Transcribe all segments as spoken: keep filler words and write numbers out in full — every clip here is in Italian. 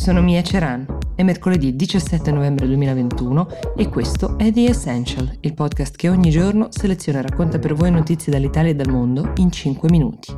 sono Mia Ceran, è mercoledì diciassette novembre duemilaventuno e questo è The Essential, il podcast che ogni giorno seleziona e racconta per voi notizie dall'Italia e dal mondo in cinque minuti.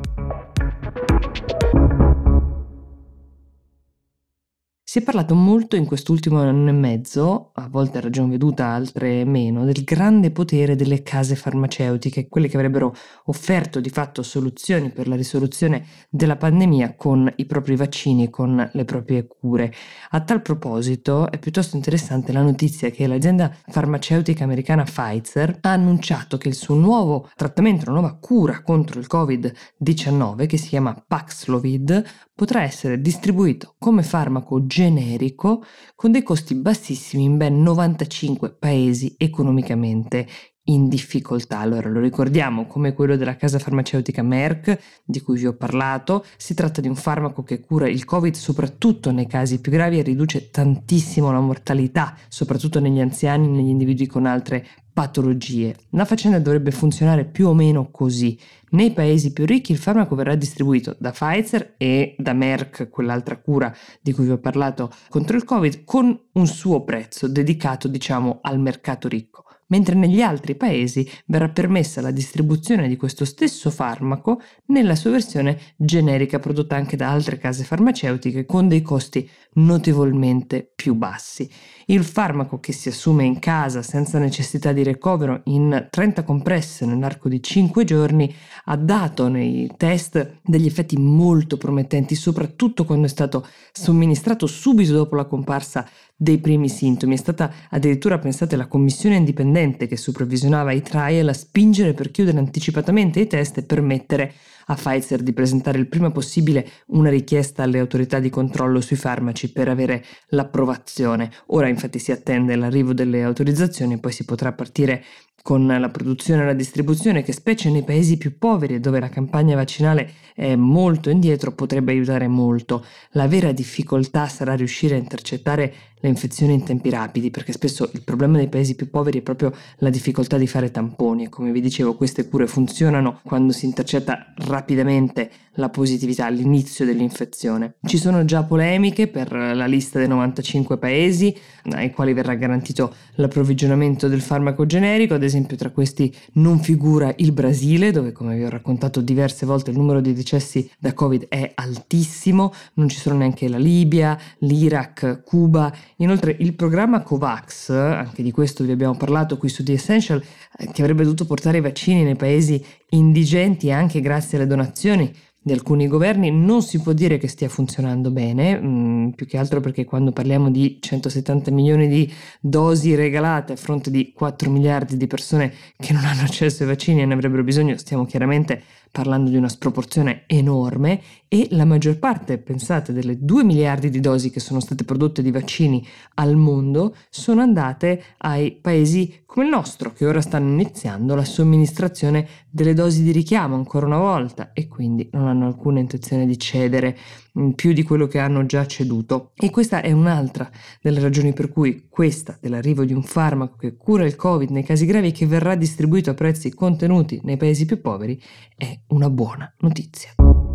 Si è parlato molto in quest'ultimo anno e mezzo, a volte a ragion veduta, altre meno, del grande potere delle case farmaceutiche, quelle che avrebbero offerto di fatto soluzioni per la risoluzione della pandemia con i propri vaccini e con le proprie cure. A tal proposito è piuttosto interessante la notizia che l'azienda farmaceutica americana Pfizer ha annunciato che il suo nuovo trattamento, una nuova cura contro il covid diciannove, che si chiama Paxlovid, potrà essere distribuito come farmaco generico con dei costi bassissimi in ben novantacinque paesi economicamente in difficoltà. Allora lo ricordiamo come quello della casa farmaceutica Merck, di cui vi ho parlato. Si tratta di un farmaco che cura il Covid soprattutto nei casi più gravi e riduce tantissimo la mortalità, soprattutto negli anziani e negli individui con altre patologie. La faccenda dovrebbe funzionare più o meno così. Nei paesi più ricchi il farmaco verrà distribuito da Pfizer e da Merck, quell'altra cura di cui vi ho parlato contro il Covid, con un suo prezzo dedicato, diciamo, al mercato ricco. Mentre negli altri paesi verrà permessa la distribuzione di questo stesso farmaco nella sua versione generica prodotta anche da altre case farmaceutiche con dei costi notevolmente più bassi. Il farmaco, che si assume in casa senza necessità di ricovero in trenta compresse nell'arco di cinque giorni, ha dato nei test degli effetti molto promettenti, soprattutto quando è stato somministrato subito dopo la comparsa dei primi sintomi. È stata addirittura, pensate, la commissione indipendente che supervisionava i trial a spingere per chiudere anticipatamente i test e permettere a Pfizer di presentare il prima possibile una richiesta alle autorità di controllo sui farmaci per avere l'approvazione. Ora infatti si attende l'arrivo delle autorizzazioni e poi si potrà partire con la produzione e la distribuzione, che specie nei paesi più poveri e dove la campagna vaccinale è molto indietro potrebbe aiutare molto. La vera difficoltà sarà riuscire a intercettare le infezioni in tempi rapidi, perché spesso il problema dei paesi più poveri è proprio la difficoltà di fare tamponi e, come vi dicevo, queste cure funzionano quando si intercetta rapidamente la positività all'inizio dell'infezione. Ci sono già polemiche per la lista dei novantacinque paesi ai quali verrà garantito l'approvvigionamento del farmaco generico. Ad esempio, tra questi non figura il Brasile, dove, come vi ho raccontato diverse volte, il numero di decessi da Covid è altissimo. Non ci sono neanche la Libia, l'Iraq, Cuba. Inoltre il programma COVAX, anche di questo vi abbiamo parlato qui su The Essential, che avrebbe dovuto portare i vaccini nei paesi indigenti anche grazie alle donazioni di alcuni governi, non si può dire che stia funzionando bene, mh, più che altro perché quando parliamo di centosettanta milioni di dosi regalate a fronte di quattro miliardi di persone che non hanno accesso ai vaccini e ne avrebbero bisogno, stiamo chiaramente parlando di una sproporzione enorme. E la maggior parte, pensate, delle due miliardi di dosi che sono state prodotte di vaccini al mondo sono andate ai paesi come il nostro, che ora stanno iniziando la somministrazione delle dosi di richiamo ancora una volta e quindi non hanno alcuna intenzione di cedere più di quello che hanno già ceduto. E questa è un'altra delle ragioni per cui questa dell'arrivo di un farmaco che cura il Covid nei casi gravi, che verrà distribuito a prezzi contenuti nei paesi più poveri, è una buona notizia.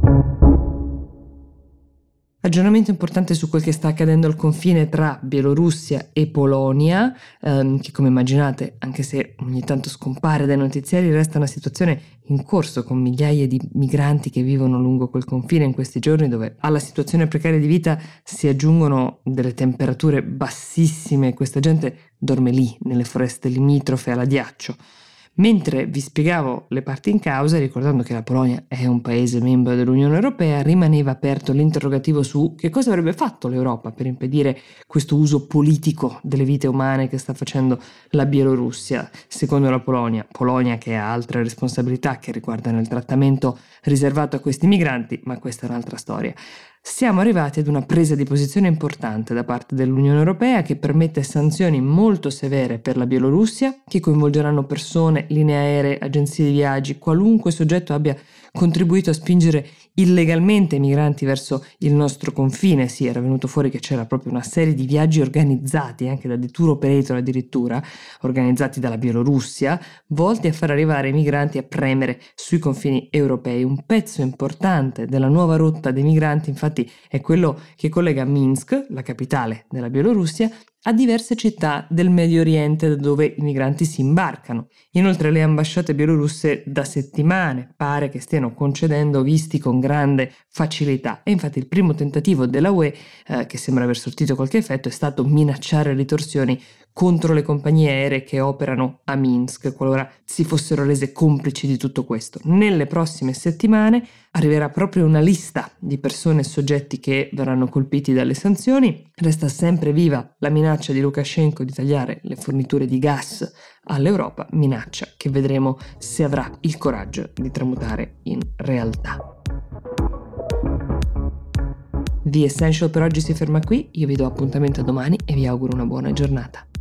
Aggiornamento importante su quel che sta accadendo al confine tra Bielorussia e Polonia, ehm, che, come immaginate, anche se ogni tanto scompare dai notiziari, resta una situazione in corso con migliaia di migranti che vivono lungo quel confine in questi giorni, dove alla situazione precaria di vita si aggiungono delle temperature bassissime. Questa gente dorme lì, nelle foreste limitrofe alla ghiaccio. Mentre vi spiegavo le parti in causa, ricordando che la Polonia è un paese membro dell'Unione Europea, rimaneva aperto l'interrogativo su che cosa avrebbe fatto l'Europa per impedire questo uso politico delle vite umane che sta facendo la Bielorussia. Secondo la Polonia, Polonia che ha altre responsabilità che riguardano il trattamento riservato a questi migranti, ma questa è un'altra storia. Siamo arrivati ad una presa di posizione importante da parte dell'Unione Europea che permette sanzioni molto severe per la Bielorussia, che coinvolgeranno persone, linee aeree, agenzie di viaggi, qualunque soggetto abbia contribuito a spingere illegalmente i migranti verso il nostro confine. Sì, era venuto fuori che c'era proprio una serie di viaggi organizzati, anche da dei tour operator addirittura, organizzati dalla Bielorussia, volti a far arrivare i migranti a premere sui confini europei. Un pezzo importante della nuova rotta dei migranti, infatti, è quello che collega Minsk, la capitale della Bielorussia, a diverse città del Medio Oriente da dove i migranti si imbarcano. Inoltre le ambasciate bielorusse da settimane pare che stiano concedendo visti con grande facilità e infatti il primo tentativo della U E, eh, che sembra aver sortito qualche effetto, è stato minacciare ritorsioni contro le compagnie aeree che operano a Minsk, qualora si fossero rese complici di tutto questo. Nelle prossime settimane arriverà proprio una lista di persone e soggetti che verranno colpiti dalle sanzioni. Resta sempre viva la minaccia di Lukashenko di tagliare le forniture di gas all'Europa, minaccia che vedremo se avrà il coraggio di tramutare in realtà. The Essential per oggi si ferma qui, io vi do appuntamento a domani e vi auguro una buona giornata.